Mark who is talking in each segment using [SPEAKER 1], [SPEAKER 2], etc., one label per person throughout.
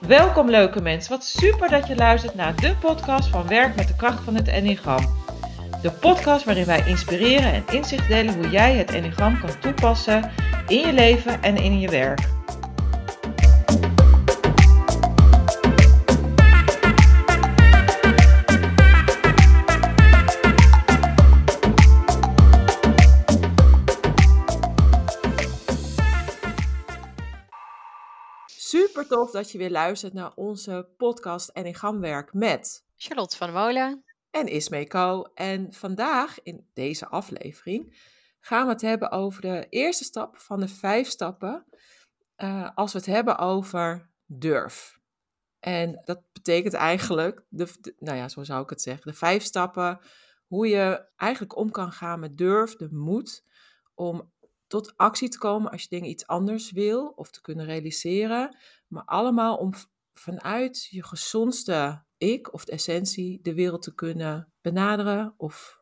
[SPEAKER 1] Welkom leuke mensen, wat super dat je luistert naar de podcast van Werk met de kracht van het Enneagram. De podcast waarin wij inspireren en inzicht delen hoe jij het Enneagram kan toepassen in je leven en in je werk. Super tof dat je weer luistert naar onze podcast Enneagramwerk met
[SPEAKER 2] Charlotte van der Molen
[SPEAKER 1] en Ismee Co. En vandaag in deze aflevering gaan we het hebben over de eerste stap van de 5 stappen als we het hebben over durf. En dat betekent eigenlijk, zo zou ik het zeggen, de 5 stappen hoe je eigenlijk om kan gaan met durf, de moed om tot actie te komen als je dingen iets anders wil of te kunnen realiseren. Maar allemaal om vanuit je gezondste ik of de essentie de wereld te kunnen benaderen of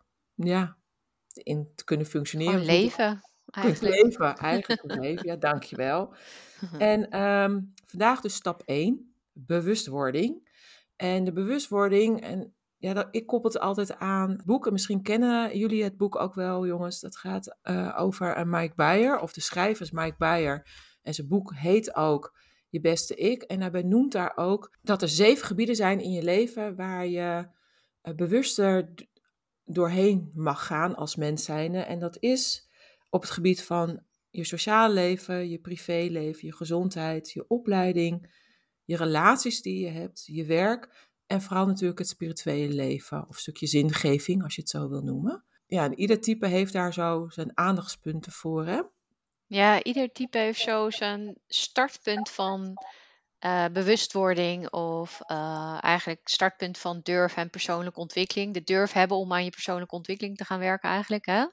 [SPEAKER 1] in te kunnen functioneren.
[SPEAKER 2] gewoon leven
[SPEAKER 1] Eigenlijk leven, ja, dankjewel. En vandaag dus stap 1, bewustwording. En de bewustwording, ik koppel het altijd aan boeken. Misschien kennen jullie het boek ook wel, jongens. Dat gaat over Mike Bayer, of de schrijver is Mike Bayer. En zijn boek heet ook Je Beste Ik. En hij benoemt daar ook dat er 7 gebieden zijn in je leven waar je bewuster doorheen mag gaan als mens zijnde. En dat is op het gebied van je sociale leven, je privéleven, je gezondheid, je opleiding, je relaties die je hebt, je werk en vooral natuurlijk het spirituele leven of een stukje zingeving, als je het zo wil noemen. Ja, en ieder type heeft daar zo zijn aandachtspunten voor, hè?
[SPEAKER 2] Ja, ieder type heeft zo zijn startpunt van bewustwording of eigenlijk startpunt van durf en persoonlijke ontwikkeling. De durf hebben om aan je persoonlijke ontwikkeling te gaan werken eigenlijk, hè?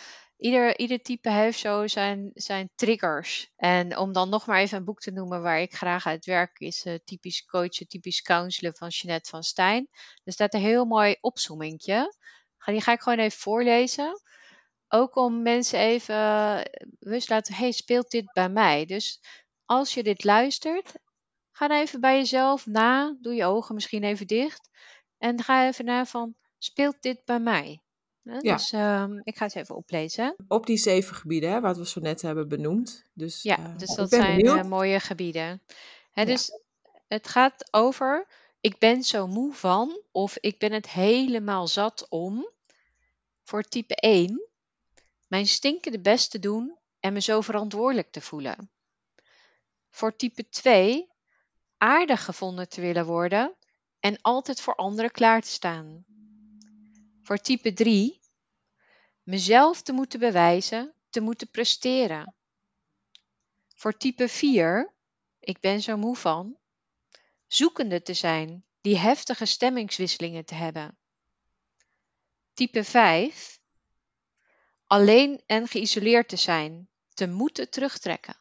[SPEAKER 2] Ieder type heeft zo zijn triggers. En om dan nog maar even een boek te noemen waar ik graag uit werk, is Typisch Coachen, Typisch Counselen van Jeanette van Stijn. Er staat een heel mooi opzommingje. Die ga ik gewoon even voorlezen. Ook om mensen even bewust laten, hey, speelt dit bij mij? Dus als je dit luistert, ga dan even bij jezelf na. Doe je ogen misschien even dicht. En ga even na van, speelt dit bij mij?
[SPEAKER 1] Ja.
[SPEAKER 2] Dus ik ga het even oplezen.
[SPEAKER 1] Op die 7 gebieden, hè, wat we zo net hebben benoemd. Dus,
[SPEAKER 2] Dus
[SPEAKER 1] ik
[SPEAKER 2] dat
[SPEAKER 1] ben
[SPEAKER 2] zijn
[SPEAKER 1] benieuwd.
[SPEAKER 2] mooie gebieden. Hè,
[SPEAKER 1] Ja.
[SPEAKER 2] dus het gaat over, ik ben zo moe van, of ik ben het helemaal zat om, voor type 1, mijn stinkende best te doen en me zo verantwoordelijk te voelen. Voor type 2, aardig gevonden te willen worden en altijd voor anderen klaar te staan. Voor type 3, mezelf te moeten bewijzen, te moeten presteren. Voor type 4, ik ben zo moe van, zoekende te zijn, die heftige stemmingswisselingen te hebben. Type 5, alleen en geïsoleerd te zijn, te moeten terugtrekken.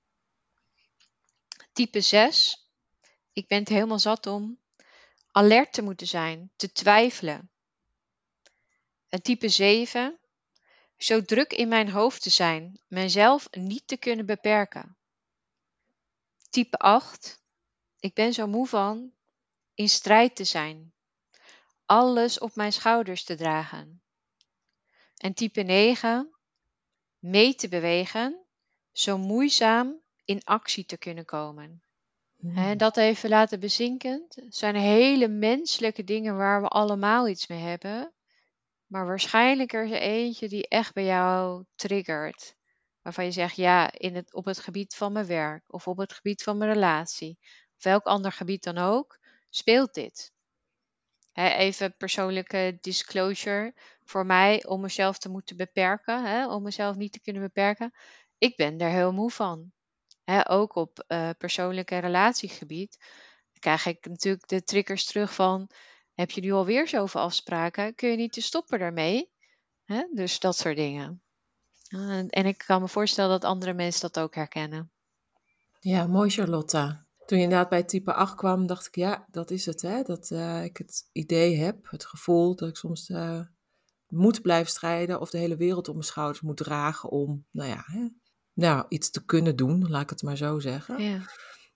[SPEAKER 2] Type 6, ik ben het helemaal zat om, alert te moeten zijn, te twijfelen. En type 7, zo druk in mijn hoofd te zijn, mijzelf niet te kunnen beperken. Type 8, ik ben zo moe van, in strijd te zijn, alles op mijn schouders te dragen. En type 9, mee te bewegen, zo moeizaam in actie te kunnen komen. En dat even laten bezinken. Het zijn hele menselijke dingen waar we allemaal iets mee hebben. Maar waarschijnlijk er is er eentje die echt bij jou triggert. Waarvan je zegt, ja, op het gebied van mijn werk of op het gebied van mijn relatie. Of welk ander gebied dan ook, speelt dit. Even persoonlijke disclosure voor mij om mezelf te moeten beperken. Om mezelf niet te kunnen beperken. Ik ben er heel moe van. Ook op persoonlijk en relatiegebied krijg ik natuurlijk de triggers terug van, heb je nu alweer zoveel afspraken? Kun je niet te stoppen daarmee? Dus dat soort dingen. En ik kan me voorstellen dat andere mensen dat ook herkennen.
[SPEAKER 1] Ja, mooi Charlotte. Toen je inderdaad bij type 8 kwam, dacht ik, ja, dat is het. Hè? Dat ik het idee heb, het gevoel dat ik soms moet blijven strijden of de hele wereld op mijn schouders moet dragen om, iets te kunnen doen, laat ik het maar zo zeggen.
[SPEAKER 2] Ja.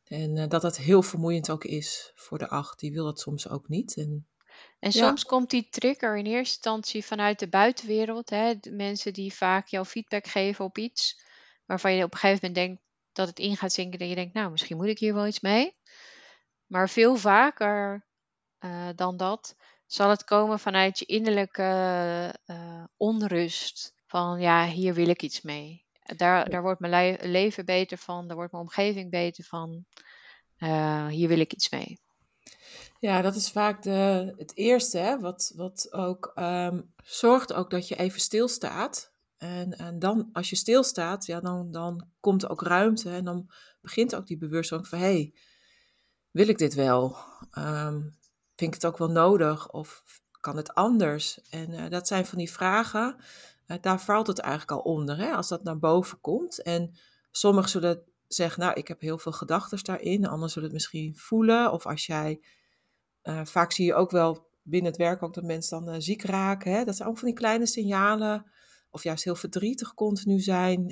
[SPEAKER 1] En dat het heel vermoeiend ook is voor de 8. Die wil dat soms ook niet. En
[SPEAKER 2] En
[SPEAKER 1] ja,
[SPEAKER 2] soms komt die trigger in eerste instantie vanuit de buitenwereld. Hè? De mensen die vaak jouw feedback geven op iets. Waarvan je op een gegeven moment denkt dat het in gaat zinken. Dat je denkt, nou, misschien moet ik hier wel iets mee. Maar veel vaker dan dat zal het komen vanuit je innerlijke onrust. Van ja, hier wil ik iets mee. Daar wordt mijn leven beter van. Daar wordt mijn omgeving beter van. Hier wil ik iets mee.
[SPEAKER 1] ja, dat is vaak het eerste, hè, wat ook zorgt ook dat je even stilstaat. En dan, als je stilstaat, ja, dan komt er ook ruimte en dan begint ook die bewustwording van, hey, wil ik dit wel? Vind ik het ook wel nodig of kan het anders? En dat zijn van die vragen, daar valt het eigenlijk al onder, hè, als dat naar boven komt. En sommigen zullen zeggen, nou, ik heb heel veel gedachten daarin. Anderen zullen het misschien voelen. Of als jij, vaak zie je ook wel binnen het werk ook dat mensen dan ziek raken. Hè? Dat zijn ook van die kleine signalen. Of juist heel verdrietig continu zijn.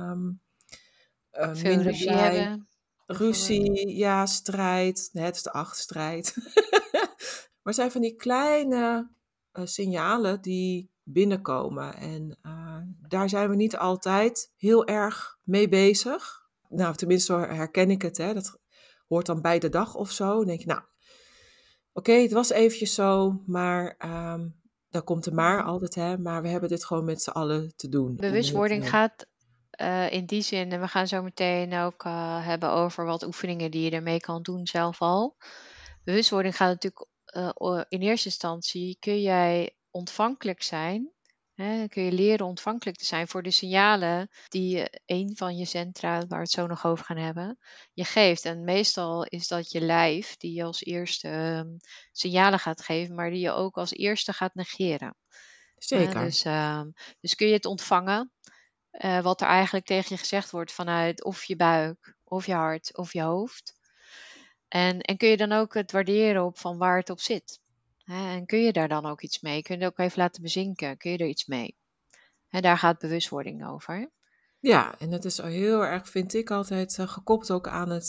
[SPEAKER 2] Veel
[SPEAKER 1] Minder
[SPEAKER 2] ruzie
[SPEAKER 1] blij.
[SPEAKER 2] hebben, bijvoorbeeld.
[SPEAKER 1] Ruzie, ja, strijd. Nee, het is de 8 strijd. Maar het zijn van die kleine signalen die binnenkomen. En daar zijn we niet altijd heel erg mee bezig. Nou, tenminste herken ik het. Hè. Dat hoort dan bij de dag of zo. Dan denk je, nou, oké, het was eventjes zo, maar dan komt er maar altijd, hè. Maar we hebben dit gewoon met z'n allen te doen.
[SPEAKER 2] Bewustwording gaat in die zin, en we gaan zo meteen ook hebben over wat oefeningen die je ermee kan doen zelf al. Bewustwording gaat natuurlijk in eerste instantie, kun jij ontvankelijk zijn. Hè, kun je leren ontvankelijk te zijn voor de signalen die een van je centra, waar we het zo nog over gaan hebben, je geeft. En meestal is dat je lijf die je als eerste signalen gaat geven, maar die je ook als eerste gaat negeren.
[SPEAKER 1] Zeker.
[SPEAKER 2] Dus kun je het ontvangen, wat er eigenlijk tegen je gezegd wordt vanuit of je buik, of je hart, of je hoofd. En kun je dan ook het waarderen op van waar het op zit. Hè, en kun je daar dan ook iets mee? Kun je het ook even laten bezinken? Kun je er iets mee? En daar gaat bewustwording over.
[SPEAKER 1] Ja, en dat is al heel erg, vind ik altijd, gekoppeld ook aan het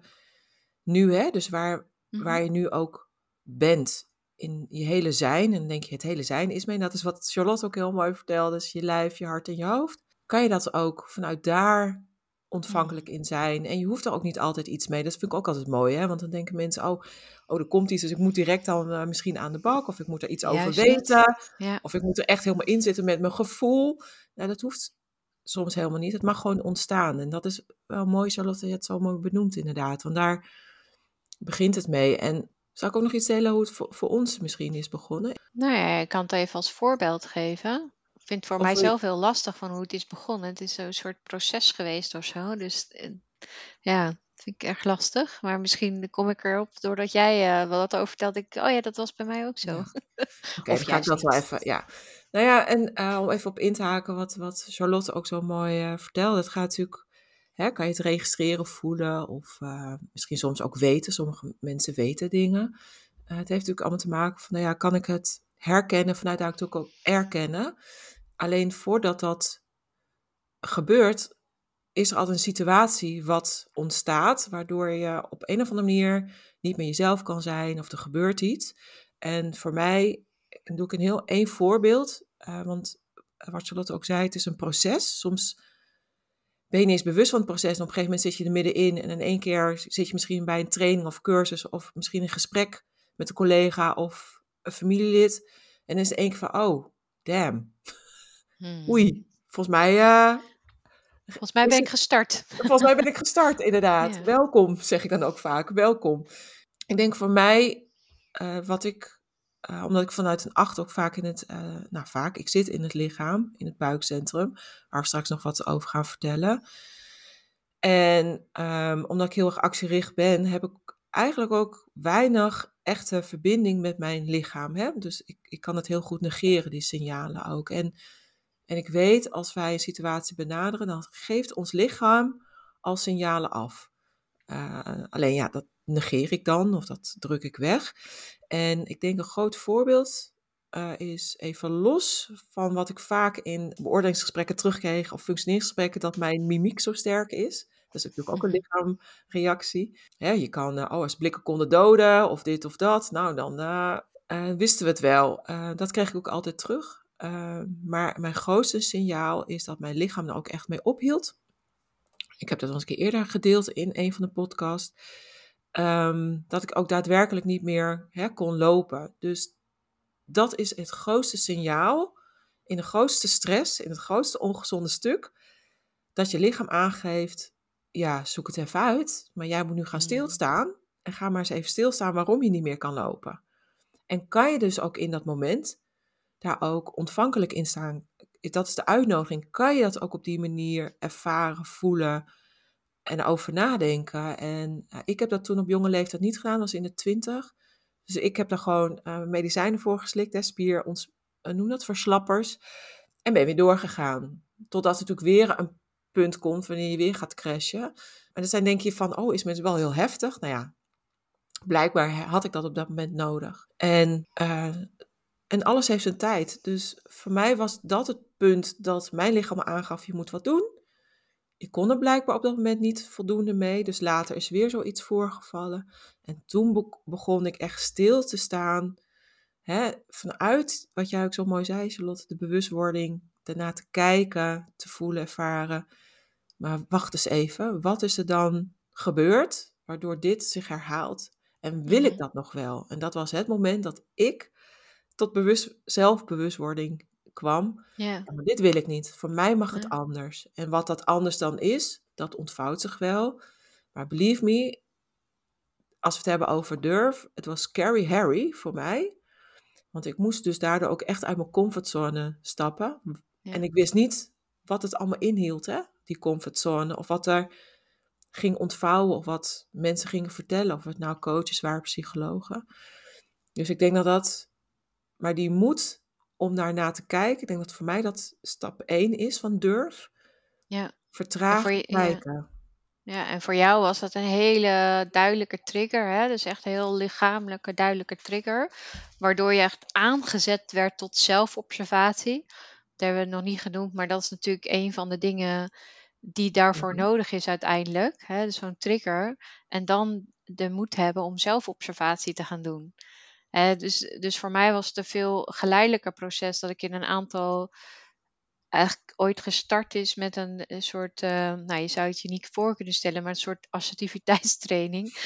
[SPEAKER 1] nu, hè. Dus
[SPEAKER 2] Mhm.
[SPEAKER 1] waar je nu ook bent in je hele zijn. En dan denk je, het hele zijn is mee. En dat is wat Charlotte ook heel mooi vertelde. Dus je lijf, je hart en je hoofd. Kan je dat ook vanuit daar ontvankelijk in zijn. En je hoeft er ook niet altijd iets mee. Dat vind ik ook altijd mooi, hè. Want dan denken mensen, oh, er komt iets. Dus ik moet direct dan misschien aan de bak. Of ik moet er iets over
[SPEAKER 2] Juist dat.
[SPEAKER 1] weten.
[SPEAKER 2] Ja.
[SPEAKER 1] Of ik moet er echt helemaal in zitten met mijn gevoel. Nou, dat hoeft soms helemaal niet. Het mag gewoon ontstaan. En dat is wel mooi, Charlotte, je het zo mooi benoemt inderdaad. Want daar begint het mee. En zou ik ook nog iets delen hoe het voor ons misschien is begonnen?
[SPEAKER 2] Nou ja, ik kan het even als voorbeeld geven. Ik vind het voor
[SPEAKER 1] Of wil je-
[SPEAKER 2] mijzelf heel lastig van hoe het is begonnen. Het is zo'n soort proces geweest of zo. Dus ja, dat vind ik erg lastig. Maar misschien kom ik erop doordat jij wel wat over vertelt. Oh ja, dat was bij mij ook zo.
[SPEAKER 1] Ja, oké,
[SPEAKER 2] Of
[SPEAKER 1] dan ga ik
[SPEAKER 2] juist
[SPEAKER 1] dat wel
[SPEAKER 2] niet.
[SPEAKER 1] even, ja. Nou ja, en om even op in te haken wat Charlotte ook zo mooi vertelde. Het gaat natuurlijk, hè, kan je het registreren, voelen of misschien soms ook weten. Sommige mensen weten dingen. Het heeft natuurlijk allemaal te maken van, nou ja, kan ik het herkennen, vanuit daar natuurlijk ook erkennen. Alleen voordat dat gebeurt, is er altijd een situatie wat ontstaat, waardoor je op een of andere manier niet meer jezelf kan zijn of er gebeurt iets. En voor mij doe ik een heel één voorbeeld, want wat Charlotte ook zei, het is een proces. Soms ben je niet eens bewust van het proces en op een gegeven moment zit je er middenin en in één keer zit je misschien bij een training of cursus of misschien een gesprek met een collega of een familielid en dan is het één keer van, oh, damn,
[SPEAKER 2] Hmm.
[SPEAKER 1] oei, volgens mij
[SPEAKER 2] Volgens mij
[SPEAKER 1] is
[SPEAKER 2] ben ik
[SPEAKER 1] het.
[SPEAKER 2] gestart.
[SPEAKER 1] Volgens mij ben ik gestart, inderdaad.
[SPEAKER 2] Ja.
[SPEAKER 1] Welkom, zeg ik dan ook vaak. Welkom. Ik denk voor mij, omdat ik vanuit een 8 ook vaak ik zit in het lichaam, in het buikcentrum, waar we straks nog wat over gaan vertellen. En omdat ik heel erg actiericht ben, heb ik eigenlijk ook weinig echte verbinding met mijn lichaam. Hè? Dus ik kan het heel goed negeren, die signalen ook. En ik weet, als wij een situatie benaderen, dan geeft ons lichaam al signalen af. Alleen ja, dat negeer ik dan of dat druk ik weg. En ik denk een groot voorbeeld is even los van wat ik vaak in beoordelingsgesprekken terugkreeg of functioneringsgesprekken, dat mijn mimiek zo sterk is. Dat is natuurlijk ook een lichaamreactie. Je kan, als blikken konden doden of dit of dat, nou dan wisten we het wel. Dat kreeg ik ook altijd terug. Maar mijn grootste signaal is dat mijn lichaam er ook echt mee ophield. Ik heb dat al eens een keer eerder gedeeld in een van de podcasts. Dat ik ook daadwerkelijk niet meer kon lopen. Dus dat is het grootste signaal in de grootste stress, in het grootste ongezonde stuk, dat je lichaam aangeeft, ja, zoek het even uit, maar jij moet nu gaan stilstaan en ga maar eens even stilstaan waarom je niet meer kan lopen. En kan je dus ook in dat moment daar ook ontvankelijk in staan? Dat is de uitnodiging. Kan je dat ook op die manier ervaren, voelen en over nadenken? En ik heb dat toen op jonge leeftijd niet gedaan, dat was in de 20. Dus ik heb daar gewoon medicijnen voor geslikt, noem dat verslappers. En ben weer doorgegaan. Totdat er natuurlijk weer een punt komt wanneer je weer gaat crashen. En dan denk je van, is het wel heel heftig? Nou ja, blijkbaar had ik dat op dat moment nodig. En alles heeft zijn tijd. Dus voor mij was dat het punt dat mijn lichaam me aangaf, je moet wat doen. Ik kon er blijkbaar op dat moment niet voldoende mee. Dus later is weer zoiets voorgevallen. En toen begon ik echt stil te staan. Vanuit, wat jij ook zo mooi zei, Charlotte, de bewustwording. Daarna te kijken, te voelen, ervaren. Maar wacht eens even. Wat is er dan gebeurd waardoor dit zich herhaalt? En wil ik dat nog wel? En dat was het moment dat ik tot zelfbewustwording kwam.
[SPEAKER 2] Ja.
[SPEAKER 1] Ja, maar dit wil ik niet. Voor mij mag het
[SPEAKER 2] Ja.
[SPEAKER 1] anders. En wat dat anders dan is, dat ontvouwt zich wel. Maar believe me, als we het hebben over durf, het was scary Harry voor mij. Want ik moest dus daardoor ook echt uit mijn comfortzone stappen.
[SPEAKER 2] Ja.
[SPEAKER 1] En ik wist niet wat het allemaal inhield, die comfortzone. Of wat er ging ontvouwen, of wat mensen gingen vertellen. Of het nou coaches waren, psychologen. Dus ik denk maar die moed om daarna te kijken, ik denk dat voor mij dat stap 1 is van durf.
[SPEAKER 2] Ja.
[SPEAKER 1] Vertraag kijken.
[SPEAKER 2] Ja, en voor jou was dat een hele duidelijke trigger, hè? Dus echt een heel lichamelijke, duidelijke trigger. Waardoor je echt aangezet werd tot zelfobservatie. Dat hebben we nog niet genoemd, maar dat is natuurlijk een van de dingen die daarvoor nodig is uiteindelijk. Hè? Dus zo'n trigger. En dan de moed hebben om zelfobservatie te gaan doen. Dus voor mij was het een veel geleidelijker proces dat ik in een aantal eigenlijk ooit gestart is met een soort, nou je zou het je niet voor kunnen stellen, maar een soort assertiviteitstraining.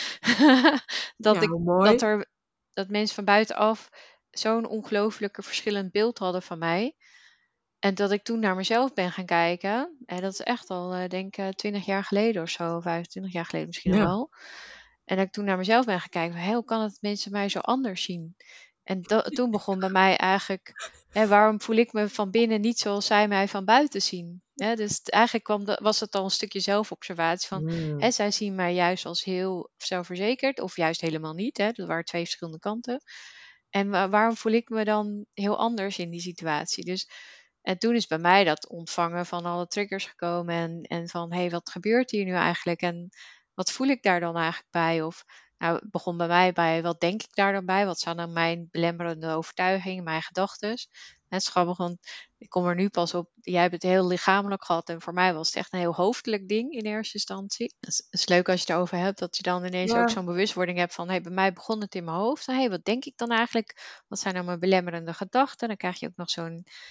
[SPEAKER 1] Ja, hoe
[SPEAKER 2] Dat
[SPEAKER 1] mooi.
[SPEAKER 2] dat mensen van buitenaf zo'n ongelooflijke verschillend beeld hadden van mij. En dat ik toen naar mezelf ben gaan kijken. En dat is echt al, denk ik, 20 jaar geleden of zo, 25 jaar geleden misschien al
[SPEAKER 1] Ja.
[SPEAKER 2] wel. En dat ik toen naar mezelf ben gaan kijken, van, hé, hoe kan het dat mensen mij zo anders zien? En toen begon bij mij eigenlijk, waarom voel ik me van binnen niet zoals zij mij van buiten zien? Dus eigenlijk was het al een stukje zelfobservatie van,
[SPEAKER 1] Mm.
[SPEAKER 2] zij zien mij juist als heel zelfverzekerd of juist helemaal niet. Dat waren twee verschillende kanten. En waarom voel ik me dan heel anders in die situatie? Dus, en toen is bij mij dat ontvangen van alle triggers gekomen en van, hé, wat gebeurt hier nu eigenlijk? En wat voel ik daar dan eigenlijk bij? Of nou, het begon bij mij bij wat denk ik daar dan bij? Wat zijn dan mijn belemmerende overtuigingen, mijn gedachten? Het is grappig, want ik kom er nu pas op. Jij hebt het heel lichamelijk gehad en voor mij was het echt een heel hoofdelijk ding in eerste instantie. Het is leuk als je het erover hebt, dat je dan ineens ook
[SPEAKER 1] Ja.
[SPEAKER 2] zo'n bewustwording hebt van, bij mij begon het in mijn hoofd. Wat denk ik dan eigenlijk? Wat zijn nou mijn belemmerende gedachten? Dan krijg je ook nog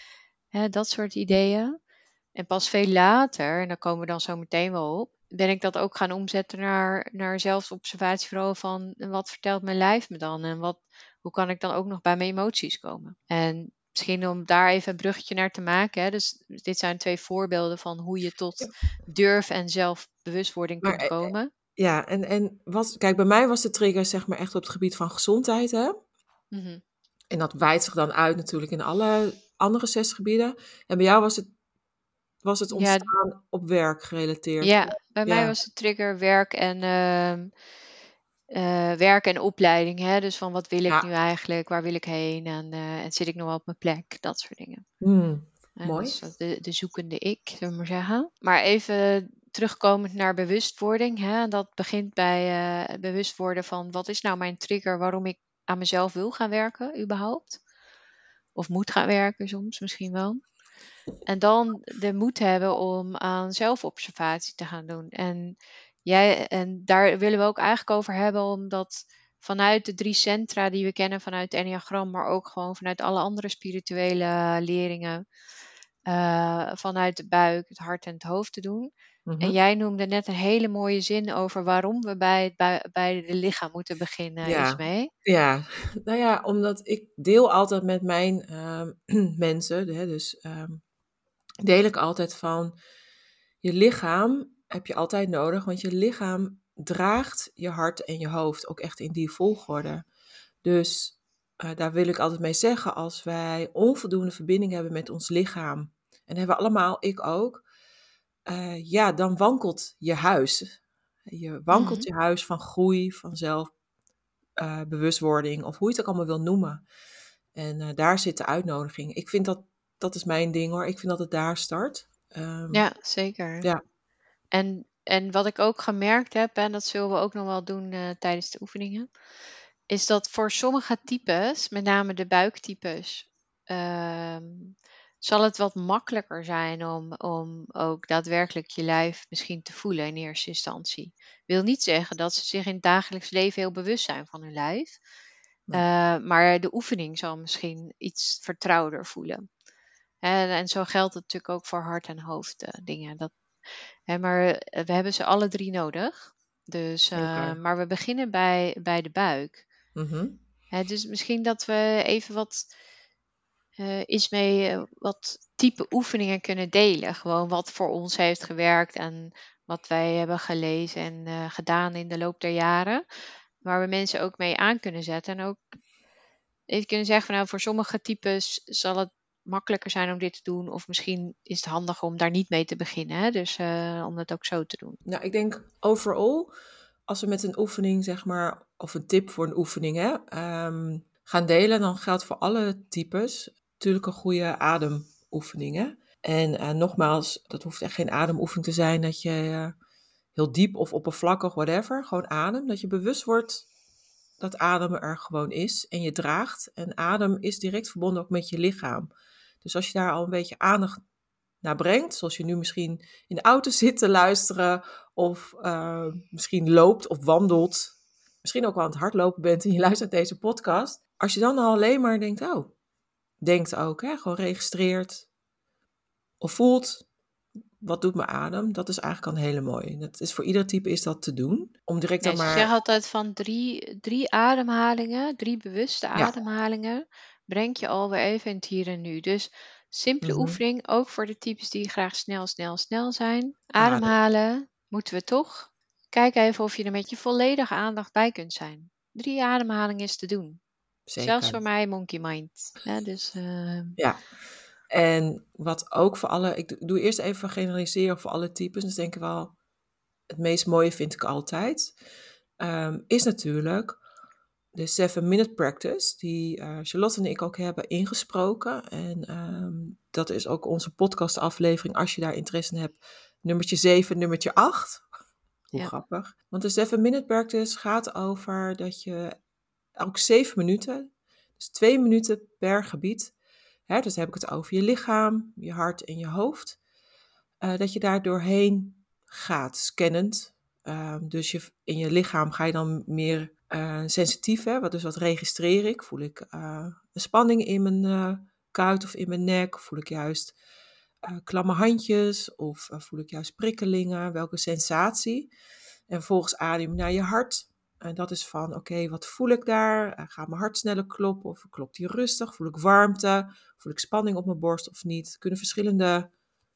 [SPEAKER 2] dat soort ideeën. En pas veel later, en daar komen we dan zo meteen wel op, ben ik dat ook gaan omzetten naar zelfobservatie vooral van wat vertelt mijn lijf me dan en hoe kan ik dan ook nog bij mijn emoties komen. En misschien om daar even een bruggetje naar te maken. Dus dit zijn 2 voorbeelden van hoe je tot durf en zelfbewustwording
[SPEAKER 1] Maar
[SPEAKER 2] kunt komen.
[SPEAKER 1] ja, kijk, bij mij was de trigger zeg maar echt op het gebied van gezondheid, hè.
[SPEAKER 2] Mhm.
[SPEAKER 1] En dat wijdt zich dan uit natuurlijk in alle andere 6 gebieden. En bij jou was het
[SPEAKER 2] Ja,
[SPEAKER 1] ontstaan op werk gerelateerd?
[SPEAKER 2] ja, bij mij
[SPEAKER 1] Ja,
[SPEAKER 2] was de trigger werk en opleiding. Dus van wat wil ik nu
[SPEAKER 1] ja.
[SPEAKER 2] eigenlijk? Waar wil ik heen? En zit ik nog wel op mijn plek? Dat soort dingen. Dat
[SPEAKER 1] Mooi.
[SPEAKER 2] is de zoekende ik, zullen we maar zeggen. Maar even terugkomend naar bewustwording. Dat begint bij het bewust worden van wat is nou mijn trigger waarom ik aan mezelf wil gaan werken überhaupt. Of moet gaan werken soms misschien wel. En dan de moed hebben om aan zelfobservatie te gaan doen. En daar willen we ook eigenlijk over hebben, omdat vanuit de 3 centra die we kennen vanuit het Enneagram, maar ook gewoon vanuit alle andere spirituele leringen, vanuit de buik, het hart en het hoofd te doen. En
[SPEAKER 1] Mhm.
[SPEAKER 2] jij noemde net een hele mooie zin over waarom we bij de lichaam moeten beginnen,
[SPEAKER 1] Ja,
[SPEAKER 2] Ismee.
[SPEAKER 1] ja. Nou ja, omdat ik deel altijd met mijn mensen, hè, dus deel ik altijd van je lichaam heb je altijd nodig, want je lichaam draagt je hart en je hoofd ook echt in die volgorde. Dus daar wil ik altijd mee zeggen, als wij onvoldoende verbinding hebben met ons lichaam, en hebben we allemaal, ik ook, ja, dan wankelt je huis. Je wankelt
[SPEAKER 2] Mhm.
[SPEAKER 1] je huis van groei, van zelfbewustwording, of hoe je het ook allemaal wil noemen. En daar zit de uitnodiging. Ik vind dat is mijn ding hoor. Ik vind dat het daar start.
[SPEAKER 2] Ja, zeker.
[SPEAKER 1] Ja.
[SPEAKER 2] En wat ik ook gemerkt heb, en dat zullen we ook nog wel doen tijdens de oefeningen, is dat voor sommige types, met name de buiktypes, ehm, zal het wat makkelijker zijn om ook daadwerkelijk je lijf misschien te voelen in eerste instantie. Wil niet zeggen dat ze zich in het dagelijks leven heel bewust zijn van hun lijf,
[SPEAKER 1] Nee.
[SPEAKER 2] maar de oefening zal misschien iets vertrouwder voelen. En zo geldt het natuurlijk ook voor hart- en hoofddingen. Maar we hebben ze alle 3 nodig. Dus,
[SPEAKER 1] Zeker.
[SPEAKER 2] maar we beginnen bij de buik.
[SPEAKER 1] Mhm.
[SPEAKER 2] Dus misschien dat we even wat type oefeningen kunnen delen. Gewoon wat voor ons heeft gewerkt en wat wij hebben gelezen en gedaan in de loop der jaren. Waar we mensen ook mee aan kunnen zetten. En ook even kunnen zeggen van nou, voor sommige types zal het makkelijker zijn om dit te doen. Of misschien is het handig om daar niet mee te beginnen. Hè? Dus om dat ook zo te doen.
[SPEAKER 1] Nou, ik denk overal, als we met een oefening, zeg maar, of een tip voor een oefening, hè, gaan delen, dan geldt voor alle types natuurlijk een goede ademoefening. Hè? En nogmaals, dat hoeft echt geen ademoefening te zijn dat je heel diep of oppervlakkig, whatever, gewoon adem. Dat je bewust wordt dat ademen er gewoon is en je draagt. En adem is direct verbonden ook met je lichaam. Dus als je daar al een beetje aandacht naar brengt, zoals je nu misschien in de auto zit te luisteren, of misschien loopt of wandelt, misschien ook wel aan het hardlopen bent en je luistert deze podcast. Als je dan al alleen maar denkt, oh, denkt ook, hè, gewoon registreert of voelt, wat doet mijn adem? Dat is eigenlijk al een hele mooie. Dat is voor ieder type is dat te doen. Om direct dan
[SPEAKER 2] Nee, ze zeggen
[SPEAKER 1] maar,
[SPEAKER 2] altijd van drie ademhalingen, 3 bewuste
[SPEAKER 1] ja,
[SPEAKER 2] ademhalingen, brengt je alweer even in het hier en nu. Dus simpele
[SPEAKER 1] mhm,
[SPEAKER 2] oefening, ook voor de types die graag snel, snel, snel zijn.
[SPEAKER 1] adem,
[SPEAKER 2] Ademhalen moeten we toch. Kijk even of je er met je volledige aandacht bij kunt zijn. 3 ademhalingen is te doen. Zelfs
[SPEAKER 1] zeker.
[SPEAKER 2] voor mij monkey mind. Ja, dus,
[SPEAKER 1] Ja, en wat ook voor alle, ik doe eerst even generaliseren voor alle types, dus denk ik wel, het meest mooie vind ik altijd, is natuurlijk de 7-minute practice, die Charlotte en ik ook hebben ingesproken. En dat is ook onze podcastaflevering, als je daar interesse in hebt, nummertje 7, nummertje 8. Hoe
[SPEAKER 2] ja.
[SPEAKER 1] grappig. Want de 7-minute practice gaat over dat je elke 7 minuten, dus 2 minuten per gebied, hè, dus dan heb ik het over je lichaam, je hart en je hoofd, dat je daar doorheen gaat, scannend. Dus in je lichaam ga je dan meer sensitief, hè, wat registreer ik? Voel ik een spanning in mijn kuit of in mijn nek? Voel ik juist klamme handjes of voel ik juist prikkelingen? Welke sensatie? En vervolgens adem je naar je hart. En dat is van, oké, wat voel ik daar? Gaat mijn hart sneller kloppen of klopt die rustig? Voel ik warmte? Voel ik spanning op mijn borst of niet? Er kunnen verschillende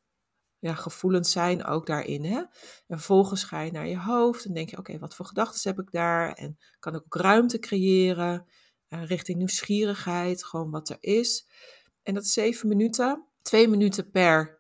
[SPEAKER 1] gevoelens zijn ook daarin. Hè? En vervolgens ga je naar je hoofd en denk je, oké, wat voor gedachten heb ik daar? En kan ik ook ruimte creëren richting nieuwsgierigheid, gewoon wat er is. En dat is 7 minuten, 2 minuten per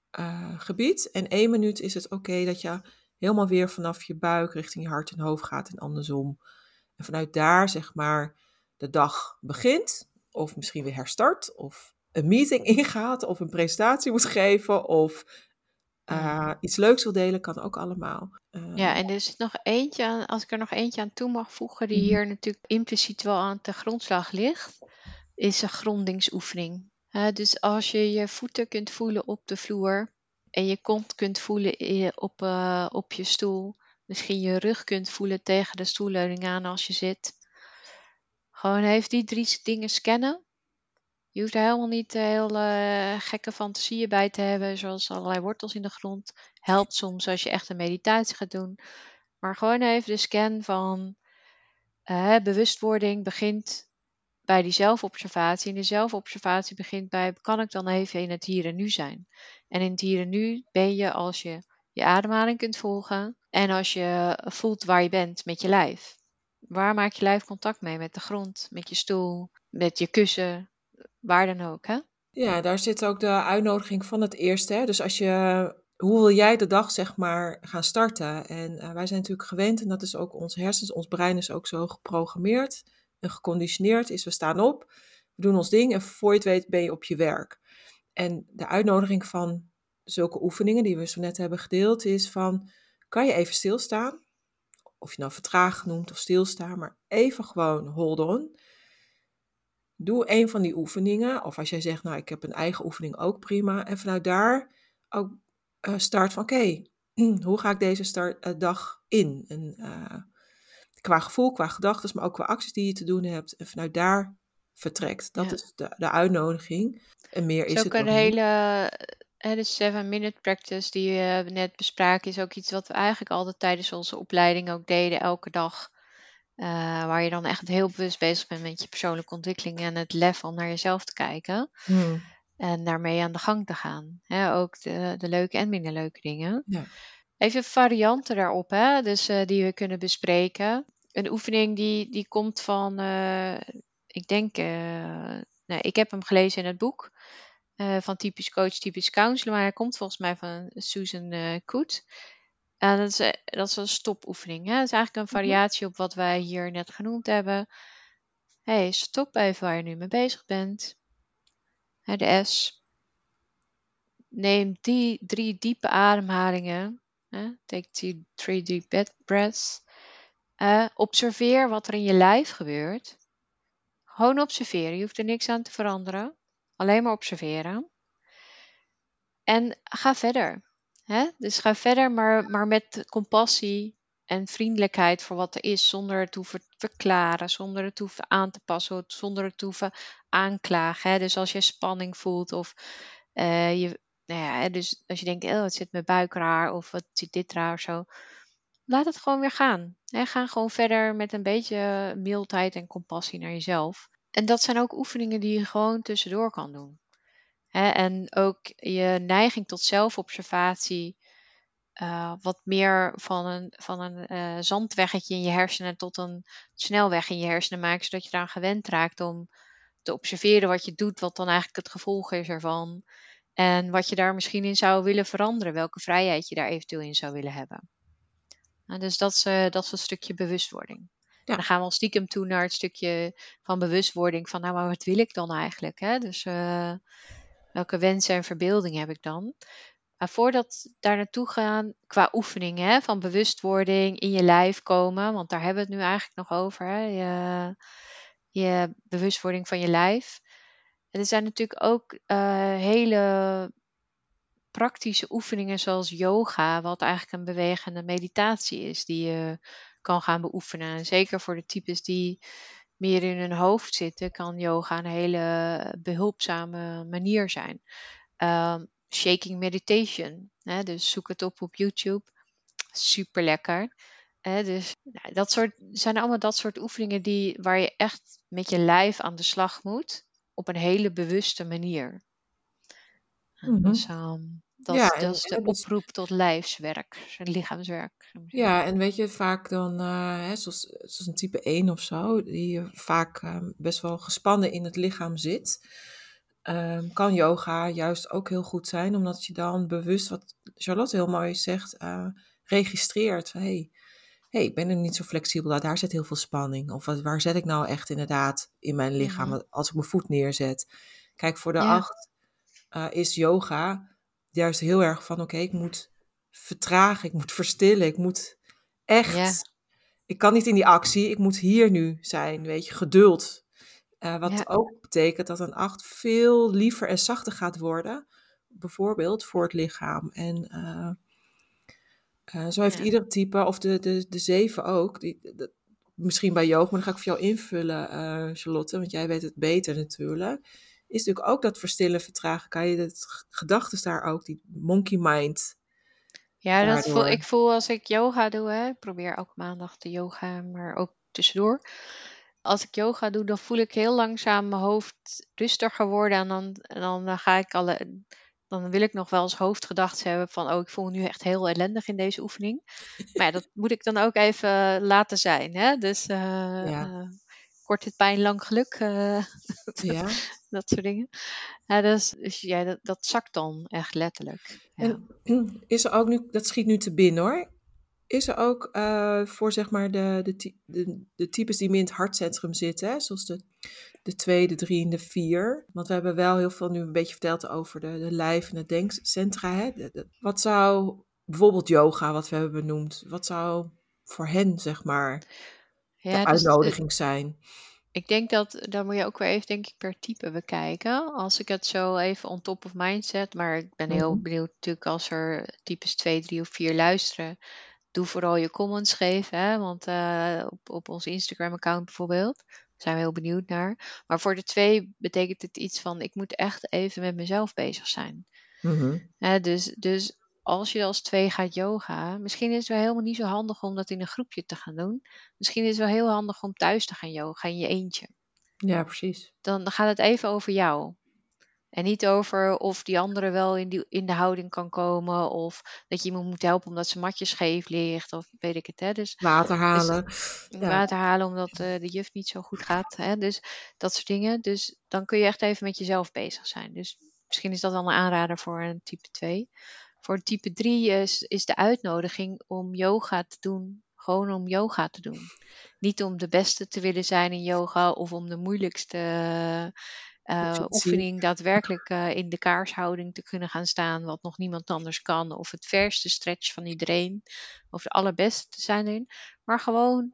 [SPEAKER 1] gebied. En 1 minuut is het oké dat je helemaal weer vanaf je buik richting je hart en hoofd gaat en andersom. En vanuit daar zeg maar de dag begint, of misschien weer herstart, of een meeting ingaat, of een presentatie moet geven, of
[SPEAKER 2] Mhm.
[SPEAKER 1] iets leuks wil delen, kan ook allemaal.
[SPEAKER 2] Ja, en er zit nog eentje aan, als ik er nog eentje aan toe mag voegen, die
[SPEAKER 1] Mhm.
[SPEAKER 2] hier natuurlijk impliciet wel aan de grondslag ligt, is een grondingsoefening. Dus als je je voeten kunt voelen op de vloer en je kont kunt voelen op je stoel, misschien je rug kunt voelen tegen de stoelleuning aan als je zit. Gewoon even die 3 dingen scannen. Je hoeft er helemaal niet heel gekke fantasieën bij te hebben, zoals allerlei wortels in de grond. Helpt soms als je echt een meditatie gaat doen. Maar gewoon even de scan van bewustwording begint bij die zelfobservatie. En de zelfobservatie begint bij, kan ik dan even in het hier en nu zijn? En in het hier en nu ben je als je je ademhaling kunt volgen en als je voelt waar je bent met je lijf. Waar maak je lijf contact mee? Met de grond, met je stoel, met je kussen, waar dan ook, hè?
[SPEAKER 1] Ja, daar zit ook de uitnodiging van het eerste. Hè? Dus hoe wil jij de dag zeg maar gaan starten? En wij zijn natuurlijk gewend, en dat is ook ons hersens, ons brein is ook zo geprogrammeerd en geconditioneerd, is we staan op, we doen ons ding en voor je het weet ben je op je werk. En de uitnodiging van zulke oefeningen die we zo net hebben gedeeld is van, kan je even stilstaan? Of je nou vertragen noemt of stilstaan, maar even gewoon hold on. Doe een van die oefeningen. Of als jij zegt, nou, ik heb een eigen oefening ook prima. En vanuit daar ook start van, oké, hoe ga ik deze dag in? En, qua gevoel, qua gedachten, maar ook qua acties die je te doen hebt. En vanuit daar vertrekt. Dat
[SPEAKER 2] Ja.
[SPEAKER 1] is de uitnodiging. En meer
[SPEAKER 2] Het is
[SPEAKER 1] is
[SPEAKER 2] ook
[SPEAKER 1] het
[SPEAKER 2] een
[SPEAKER 1] nog niet.
[SPEAKER 2] de 7-minute practice die we net bespraken, is ook iets wat we eigenlijk altijd tijdens onze opleiding ook deden, elke dag. Waar je dan echt heel bewust bezig bent met je persoonlijke ontwikkeling en het lef om naar jezelf te kijken.
[SPEAKER 1] Hmm,
[SPEAKER 2] En daarmee aan de gang te gaan. Hè? Ook de leuke en minder leuke dingen.
[SPEAKER 1] ja.
[SPEAKER 2] Even varianten daarop, hè? Dus die we kunnen bespreken. Een oefening die komt van, ik denk, nou, ik heb hem gelezen in het boek van Typisch Coach, Typisch Counselor, maar hij komt volgens mij van Susan Koet. En dat is een stopoefening. Hè? Dat is eigenlijk een
[SPEAKER 1] Mhm.
[SPEAKER 2] variatie op wat wij hier net genoemd hebben. Hey, stop even waar je nu mee bezig bent. Hè, de S. Neem die 3 diepe ademhalingen. Take 3 deep breaths. Observeer wat er in je lijf gebeurt. Gewoon observeren. Je hoeft er niks aan te veranderen. Alleen maar observeren. En ga verder. Hè? Dus ga verder, maar met compassie en vriendelijkheid voor wat er is. Zonder het te hoeven verklaren. Zonder het te hoeven aan te passen. Zonder het te hoeven aanklagen. Hè? Dus als je spanning voelt of nou ja, dus als je denkt, oh, het zit mijn buik raar of wat zit dit raar of zo. Laat het gewoon weer gaan. Hè? Ga gewoon verder met een beetje mildheid en compassie naar jezelf. En dat zijn ook oefeningen die je gewoon tussendoor kan doen. Hè? En ook je neiging tot zelfobservatie, wat meer van een zandweggetje in je hersenen tot een snelweg in je hersenen maakt, zodat je eraan gewend raakt om te observeren wat je doet, wat dan eigenlijk het gevolg is ervan. En wat je daar misschien in zou willen veranderen, welke vrijheid je daar eventueel in zou willen hebben. Dus dat is een stukje bewustwording. En dan
[SPEAKER 1] Ja.
[SPEAKER 2] gaan we al stiekem toe naar het stukje van bewustwording van, nou, maar wat wil ik dan eigenlijk? Hè? Dus welke wensen en verbeeldingen heb ik dan? Maar voordat we daar naartoe gaan, qua oefeningen, hè, van bewustwording in je lijf komen, want daar hebben we het nu eigenlijk nog over, hè, je bewustwording van je lijf. En er zijn natuurlijk ook hele praktische oefeningen zoals yoga, wat eigenlijk een bewegende meditatie is, die je kan gaan beoefenen. En zeker voor de types die meer in hun hoofd zitten, kan yoga een hele behulpzame manier zijn. Shaking meditation, hè, dus zoek het op YouTube. Super lekker. Dus nou, zijn allemaal dat soort oefeningen waar je echt met je lijf aan de slag moet op een hele bewuste manier. Dus
[SPEAKER 1] Mhm. Ja,
[SPEAKER 2] dat
[SPEAKER 1] en,
[SPEAKER 2] is de
[SPEAKER 1] en dus
[SPEAKER 2] oproep tot lijfswerk, lichaamswerk, zou ik maar zeggen.
[SPEAKER 1] ja, en weet je, vaak dan, hè, zoals een type 1 of zo, die vaak best wel gespannen in het lichaam zit, kan yoga juist ook heel goed zijn, omdat je dan bewust, wat Charlotte heel mooi zegt, registreert. Hey, ik ben er niet zo flexibel uit, daar zit heel veel spanning. Of waar zet ik nou echt inderdaad in mijn
[SPEAKER 2] Mhm.
[SPEAKER 1] lichaam als ik mijn voet neerzet? Kijk, voor de
[SPEAKER 2] Ja,
[SPEAKER 1] 8 is yoga juist heel erg van, oké, ik moet vertragen, ik moet verstillen, ik moet
[SPEAKER 2] ja,
[SPEAKER 1] echt, ik kan niet in die actie, ik moet hier nu zijn, weet je, geduld.
[SPEAKER 2] Ja,
[SPEAKER 1] Wat ook betekent dat een 8 veel liever en zachter gaat worden, bijvoorbeeld voor het lichaam. En zo heeft
[SPEAKER 2] ja,
[SPEAKER 1] ieder type, of de 7 ook, misschien bij yoga, maar dan ga ik voor jou invullen, Charlotte, want jij weet het beter natuurlijk. Is natuurlijk ook dat verstillen, vertragen, kan je de gedachten daar ook, die monkey mind
[SPEAKER 2] ja, ik
[SPEAKER 1] daardoor.
[SPEAKER 2] voel als ik yoga doe, hè, ik probeer elke maandag te yoga, maar ook tussendoor. Als ik yoga doe, dan voel ik heel langzaam mijn hoofd rustiger worden. En dan ga ik dan wil ik nog wel eens hoofdgedachten hebben van, oh, ik voel me nu echt heel ellendig in deze oefening. Maar ja, dat moet ik dan ook even laten zijn. Hè? Dus
[SPEAKER 1] Ja,
[SPEAKER 2] korte pijn, lang geluk.
[SPEAKER 1] ja.
[SPEAKER 2] Dat soort dingen. Ja, dus ja, dat zakt dan echt letterlijk. Ja.
[SPEAKER 1] En is er ook nu, dat schiet nu te binnen hoor, is er ook voor zeg maar de types die meer in het hartcentrum zitten, hè? Zoals de 2, de 3 en de 4. Want we hebben wel heel veel nu een beetje verteld over de lijf- en de denkcentra. Hè? Wat zou bijvoorbeeld yoga, wat we hebben benoemd, wat zou voor hen zeg maar de
[SPEAKER 2] Ja, dus
[SPEAKER 1] uitnodiging zijn?
[SPEAKER 2] ik denk dat moet je ook weer even, denk ik, per type bekijken. Als ik het zo even on top of mind zet, maar ik ben heel
[SPEAKER 1] Mhm.
[SPEAKER 2] benieuwd natuurlijk als er types 2, 3 of 4 luisteren. Doe vooral je comments geven, hè? Want op ons Instagram-account bijvoorbeeld, daar zijn we heel benieuwd naar. Maar voor de 2 betekent het iets van, ik moet echt even met mezelf bezig zijn.
[SPEAKER 1] Mhm.
[SPEAKER 2] Dus als je als 2 gaat yoga, misschien is het wel helemaal niet zo handig om dat in een groepje te gaan doen. Misschien is het wel heel handig om thuis te gaan yoga in je eentje.
[SPEAKER 1] Ja, precies.
[SPEAKER 2] Dan gaat het even over jou. En niet over of die andere wel in de houding kan komen. Of dat je iemand moet helpen omdat zijn matje scheef ligt. Of weet ik het. Hè?
[SPEAKER 1] Water
[SPEAKER 2] Dus
[SPEAKER 1] halen. Ja.
[SPEAKER 2] water halen omdat de juf niet zo goed gaat. Hè? Dus dat soort dingen. Dus dan kun je echt even met jezelf bezig zijn. Dus misschien is dat wel een aanrader voor een type 2. Voor een type 3 is de uitnodiging om yoga te doen. Gewoon om yoga te doen. Niet om de beste te willen zijn in yoga of om de moeilijkste
[SPEAKER 1] Positie.
[SPEAKER 2] oefening daadwerkelijk in de kaarshouding te kunnen gaan staan, wat nog niemand anders kan, of het verste stretch van iedereen, of de allerbeste te zijn erin, maar gewoon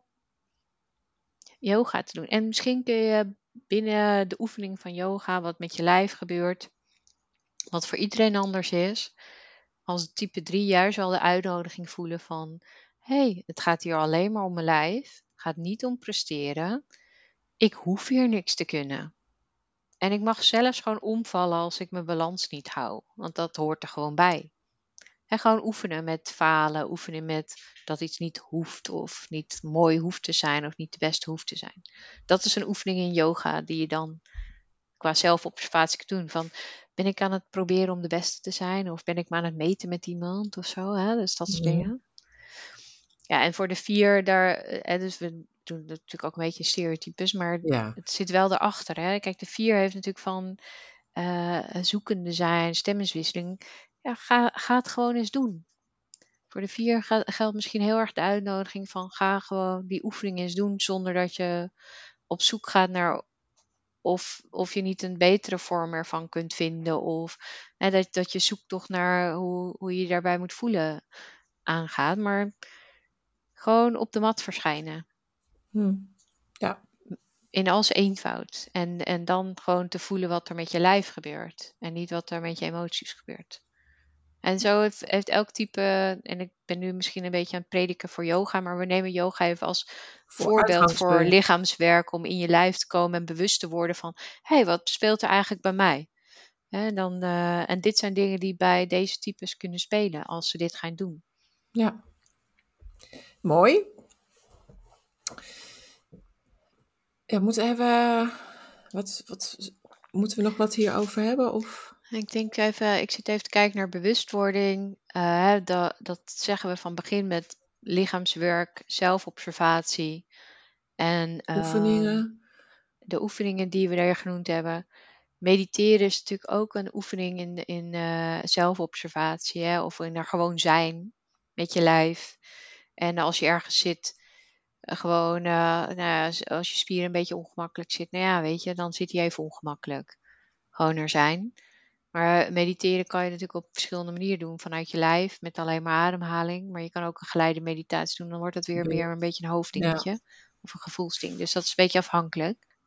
[SPEAKER 2] yoga te doen. En misschien kun je binnen de oefening van yoga, wat met je lijf gebeurt, wat voor iedereen anders is, als type 3 juist wel de uitnodiging voelen van, hey, het gaat hier alleen maar om mijn lijf, het gaat niet om presteren, ik hoef hier niks te kunnen. En ik mag zelfs gewoon omvallen als ik mijn balans niet hou, want dat hoort er gewoon bij. En gewoon oefenen met falen, oefenen met dat iets niet hoeft of niet mooi hoeft te zijn of niet de beste hoeft te zijn. Dat is een oefening in yoga die je dan qua zelfobservatie kunt doen. Van, ben ik aan het proberen om de beste te zijn of ben ik maar aan het meten met iemand of zo. Hè? Dus dat soort
[SPEAKER 1] Mhm.
[SPEAKER 2] dingen. Ja, en voor de 4, daar, dus we doen natuurlijk ook een beetje stereotypes, maar
[SPEAKER 1] Ja.
[SPEAKER 2] het zit wel erachter. Hè? Kijk, de 4 heeft natuurlijk van zoekende zijn, stemmenswisseling. Ja, ga het gewoon eens doen. Voor de 4 geldt misschien heel erg de uitnodiging van ga gewoon die oefening eens doen zonder dat je op zoek gaat naar of je niet een betere vorm ervan kunt vinden. Of dat je zoektocht naar hoe je je daarbij moet voelen aangaat. Maar gewoon op de mat verschijnen.
[SPEAKER 1] Hm. Ja.
[SPEAKER 2] In al zijn eenvoud. En dan gewoon te voelen wat er met je lijf gebeurt. En niet wat er met je emoties gebeurt. En zo heeft elk type, en ik ben nu misschien een beetje aan het prediken voor yoga, maar we nemen yoga even als
[SPEAKER 1] Voor
[SPEAKER 2] voorbeeld voor
[SPEAKER 1] uitgangspunt.
[SPEAKER 2] lichaamswerk om in je lijf te komen en bewust te worden van, hé, hey, wat speelt er eigenlijk bij mij? Hè, en dit zijn dingen die bij deze types kunnen spelen als ze dit gaan doen.
[SPEAKER 1] Ja. Mooi. Ja, moeten even, wat, moeten we nog wat hierover hebben? Of?
[SPEAKER 2] Ik denk even, ik zit even te kijken naar bewustwording. Dat zeggen we van begin met lichaamswerk, zelfobservatie en
[SPEAKER 1] Oefeningen.
[SPEAKER 2] de oefeningen die we daar genoemd hebben. Mediteren is natuurlijk ook een oefening in zelfobservatie, hè, of in er gewoon zijn met je lijf. En als je ergens zit, gewoon, nou ja, als je spieren een beetje ongemakkelijk zit, nou ja, weet je, dan zit hij even ongemakkelijk. Gewoon er zijn. Maar mediteren kan je natuurlijk op verschillende manieren doen. Vanuit je lijf, met alleen maar ademhaling. Maar je kan ook een geleide meditatie doen. Dan wordt het weer meer een beetje een
[SPEAKER 1] Ja.
[SPEAKER 2] hoofddingetje. Of een gevoelsding. Dus dat is een beetje afhankelijk.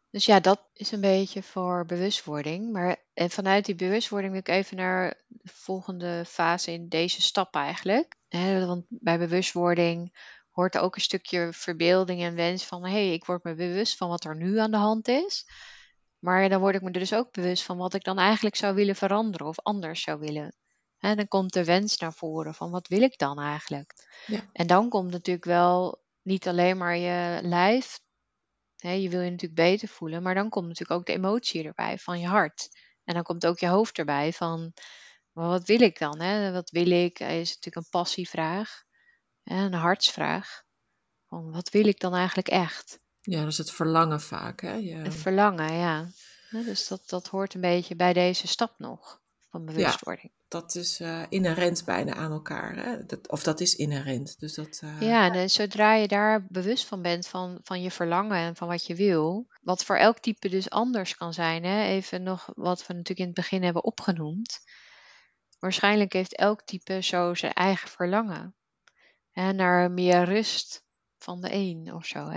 [SPEAKER 2] Dus ja, dat is een beetje voor bewustwording. Maar vanuit die bewustwording wil ik even naar de volgende fase in deze stap eigenlijk. Want bij bewustwording hoort ook een stukje verbeelding en wens van... hey, ik word me bewust van wat er nu aan de hand is. Maar dan word ik me dus ook bewust van wat ik dan eigenlijk zou willen veranderen of anders zou willen. Dan komt de wens naar voren van wat wil ik dan eigenlijk?
[SPEAKER 1] Ja.
[SPEAKER 2] En dan komt natuurlijk wel niet alleen maar je lijf. Je wil je natuurlijk beter voelen, maar dan komt natuurlijk ook de emotie erbij van je hart. En dan komt ook je hoofd erbij van, "Maar wat wil ik dan? Wat wil ik? Is natuurlijk een passievraag, een hartsvraag. Van, wat wil ik dan eigenlijk echt?
[SPEAKER 1] Ja, dat is het verlangen vaak, hè?
[SPEAKER 2] Het verlangen, ja. Dus dat hoort een beetje bij deze stap nog van
[SPEAKER 1] Ja,
[SPEAKER 2] bewustwording.
[SPEAKER 1] dat is inherent bijna aan elkaar, hè? Dat is inherent. Dus dat,
[SPEAKER 2] Ja, en zodra je daar bewust van bent van je verlangen en van wat je wil, wat voor elk type dus anders kan zijn, even nog wat we natuurlijk in het begin hebben opgenoemd. Waarschijnlijk heeft elk type zo zijn eigen verlangen. Naar meer rust van de een of zo.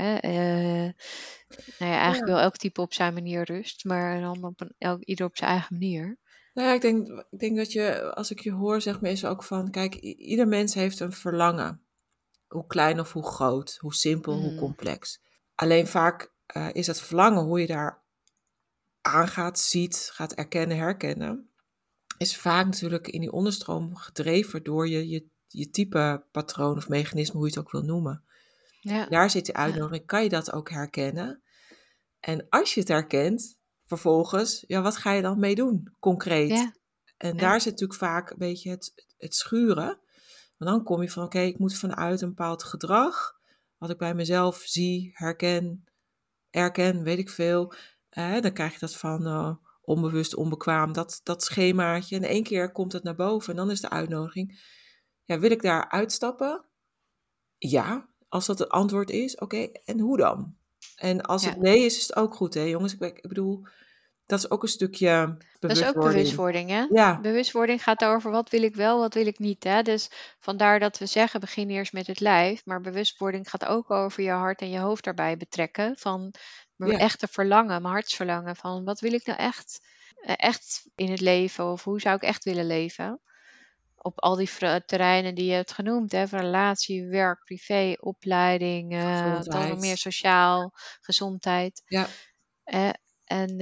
[SPEAKER 2] Nou ja, eigenlijk
[SPEAKER 1] ja.
[SPEAKER 2] wil elk type op zijn manier rust, maar dan ieder op zijn eigen manier.
[SPEAKER 1] Nou ja, ik denk dat je, als ik je hoor, zeg maar, is ook van, kijk, ieder mens heeft een verlangen. Hoe klein of hoe groot, hoe simpel, hoe
[SPEAKER 2] Mhm.
[SPEAKER 1] complex. Alleen vaak is het verlangen, hoe je daar aangaat, ziet, gaat erkennen, herkennen, is vaak natuurlijk in die onderstroom gedreven door je type patroon of mechanisme, hoe je het ook wil noemen.
[SPEAKER 2] Ja,
[SPEAKER 1] Daar zit de
[SPEAKER 2] ja,
[SPEAKER 1] uitnodiging, kan je dat ook herkennen? En als je het herkent, vervolgens, ja, wat ga je dan mee doen, concreet?
[SPEAKER 2] ja,
[SPEAKER 1] En
[SPEAKER 2] ja,
[SPEAKER 1] daar zit natuurlijk vaak een beetje het schuren. Want dan kom je van, oké, ik moet vanuit een bepaald gedrag, wat ik bij mezelf zie, herken, erken, weet ik veel. Dan krijg je dat van onbewust, onbekwaam, dat schemaatje. En één keer komt het naar boven en dan is de uitnodiging. Ja, wil ik daar uitstappen? Ja, als dat het antwoord is, oké, en hoe dan? En als het
[SPEAKER 2] ja.
[SPEAKER 1] nee is, is het ook goed, hè, jongens? Ik bedoel, dat is ook een stukje
[SPEAKER 2] Dat is ook
[SPEAKER 1] bewustwording.
[SPEAKER 2] bewustwording, hè?
[SPEAKER 1] Ja,
[SPEAKER 2] Bewustwording gaat over wat wil ik wel, wat wil ik niet, hè? Dus vandaar dat we zeggen, begin eerst met het lijf. Maar bewustwording gaat ook over je hart en je hoofd daarbij betrekken. Van mijn
[SPEAKER 1] ja,
[SPEAKER 2] echte verlangen, mijn hartsverlangen. Van wat wil ik nou echt, echt in het leven? Of hoe zou ik echt willen leven? Op al die terreinen die je hebt genoemd, hè? Van relatie, werk, privé, opleiding, wat dan nog meer
[SPEAKER 1] gezondheid.
[SPEAKER 2] sociaal, gezondheid.
[SPEAKER 1] Ja,
[SPEAKER 2] Eh, en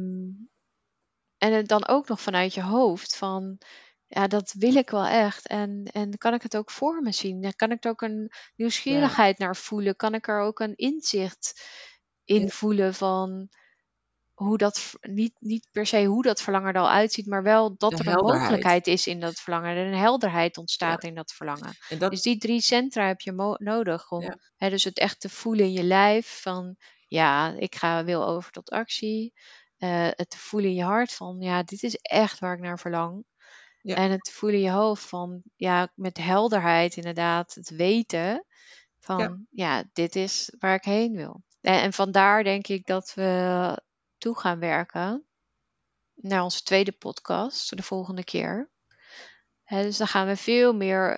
[SPEAKER 2] en het dan ook nog vanuit je hoofd van, ja, dat wil ik wel echt. En kan ik het ook voor me zien? Kan ik er ook een
[SPEAKER 1] ja,
[SPEAKER 2] nieuwsgierigheid naar voelen? Kan ik er ook een inzicht
[SPEAKER 1] ja,
[SPEAKER 2] in voelen van hoe dat, niet per se hoe dat verlangen er al uitziet, maar wel
[SPEAKER 1] de
[SPEAKER 2] dat er een
[SPEAKER 1] helderheid.
[SPEAKER 2] mogelijkheid is in dat verlangen. En een helderheid
[SPEAKER 1] Ja,
[SPEAKER 2] ontstaat in dat verlangen.
[SPEAKER 1] en
[SPEAKER 2] Dus
[SPEAKER 1] dat,
[SPEAKER 2] die 3 centra heb je nodig om,
[SPEAKER 1] ja,
[SPEAKER 2] dus het echt te voelen in je lijf van, ja, wil over tot actie. Het te voelen in je hart van, ja, dit is echt waar ik naar verlang.
[SPEAKER 1] ja,
[SPEAKER 2] En het te voelen in je hoofd van, ja, met helderheid inderdaad, het weten
[SPEAKER 1] ja.
[SPEAKER 2] van, ja, dit is waar ik heen wil. En vandaar denk ik dat we toe gaan werken naar onze tweede podcast de volgende keer. Dus dan gaan we veel meer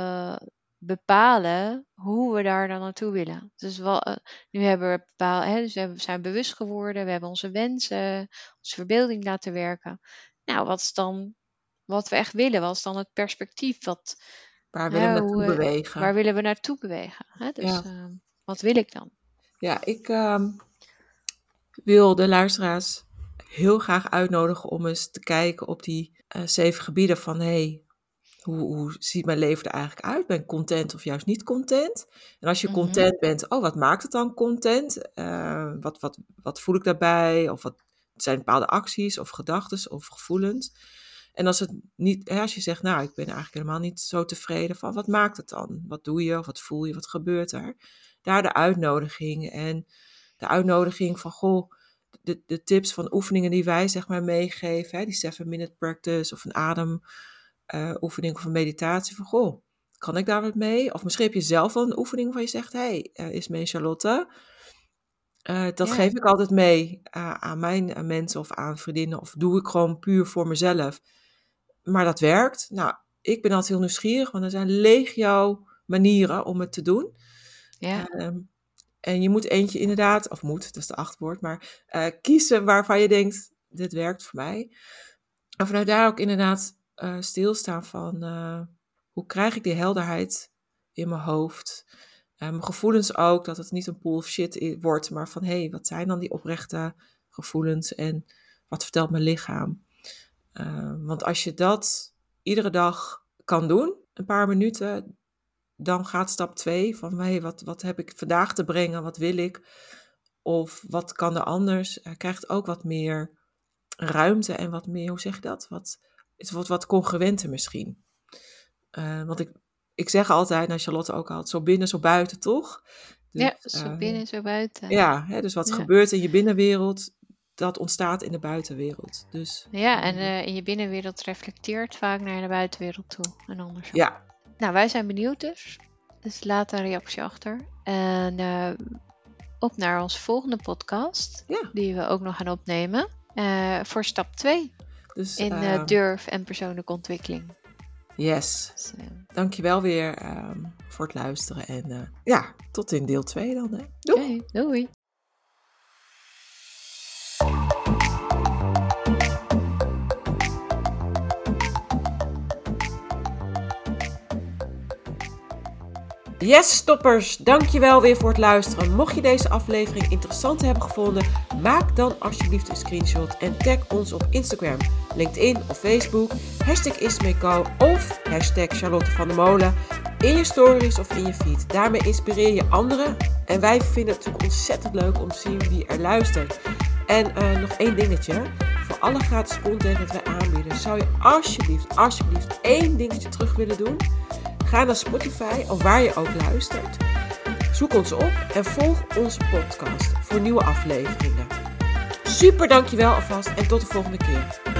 [SPEAKER 2] bepalen hoe we daar dan naartoe willen. Dus nu hebben we bepaald, dus we zijn bewust geworden, we hebben onze wensen, onze verbeelding laten werken. Nou, wat is dan wat we echt willen? Wat is dan het perspectief?
[SPEAKER 1] Waar willen we naartoe
[SPEAKER 2] Waar
[SPEAKER 1] bewegen?
[SPEAKER 2] willen we naartoe bewegen? Dus
[SPEAKER 1] Ja,
[SPEAKER 2] wat wil ik dan?
[SPEAKER 1] ja, ik wil de luisteraars heel graag uitnodigen om eens te kijken op die 7 gebieden van, hey, hoe ziet mijn leven er eigenlijk uit? Ben ik content of juist niet content? En als je
[SPEAKER 2] Mhm.
[SPEAKER 1] content bent, oh, wat maakt het dan content? Wat voel ik daarbij? Of wat zijn bepaalde acties of gedachten of gevoelens? En als het niet, als je zegt, nou, ik ben eigenlijk helemaal niet zo tevreden van, wat maakt het dan? Wat doe je of wat voel je? Wat gebeurt er? Daar de uitnodiging en de uitnodiging van, goh, de tips van oefeningen die wij zeg maar meegeven, hè, die 7-minute practice of een oefening of een meditatie van, goh, kan ik daar wat mee? Of misschien heb je zelf wel een oefening waar je zegt, hey, Ismee en Charlotte, dat
[SPEAKER 2] Ja,
[SPEAKER 1] geef ik altijd mee aan mijn mensen of aan vriendinnen of doe ik gewoon puur voor mezelf. Maar dat werkt. Nou, ik ben altijd heel nieuwsgierig, want er zijn legio manieren om het te doen.
[SPEAKER 2] ja,
[SPEAKER 1] Ehm, En je moet eentje inderdaad, of moet, dat is de 8 woord, maar kiezen waarvan je denkt, dit werkt voor mij. En vanuit daar ook inderdaad stilstaan van, hoe krijg ik die helderheid in mijn hoofd? Mijn gevoelens ook, dat het niet een pool of shit wordt, maar van, wat zijn dan die oprechte gevoelens en wat vertelt mijn lichaam? Want als je dat iedere dag kan doen, een paar minuten, dan gaat stap 2 van wat heb ik vandaag te brengen, wat wil ik? Of wat kan er anders? Hij krijgt ook wat meer ruimte en wat meer, hoe zeg je dat? Het wordt wat congruenter misschien. Want ik zeg altijd, naar Charlotte ook al, zo binnen, zo buiten, toch? Dus,
[SPEAKER 2] Ja, zo binnen, zo buiten.
[SPEAKER 1] Ja, dus wat gebeurt in je binnenwereld, dat ontstaat in de buitenwereld. Dus,
[SPEAKER 2] ja, en in je binnenwereld reflecteert vaak naar de buitenwereld toe en andersom.
[SPEAKER 1] Ja.
[SPEAKER 2] Nou, wij zijn benieuwd dus laat een reactie achter. En op naar onze volgende podcast, die we ook nog gaan opnemen, voor stap 2 dus, in durf en persoonlijke ontwikkeling.
[SPEAKER 1] Yes. Dus, dankjewel weer voor het luisteren en tot in deel 2 dan. Hè. Doei.
[SPEAKER 2] Okay, doei.
[SPEAKER 1] Yes, stoppers, dankjewel weer voor het luisteren. Mocht je deze aflevering interessant hebben gevonden, maak dan alsjeblieft een screenshot en tag ons op Instagram, LinkedIn of Facebook, #ismeeko of #Charlotte van der Molen in je stories of in je feed. Daarmee inspireer je anderen en wij vinden het natuurlijk ontzettend leuk om te zien wie er luistert. En nog 1 dingetje, voor alle gratis content dat wij aanbieden, zou je alsjeblieft 1 dingetje terug willen doen. Ga naar Spotify of waar je ook luistert. Zoek ons op en volg onze podcast voor nieuwe afleveringen. Super, dankjewel alvast en tot de volgende keer.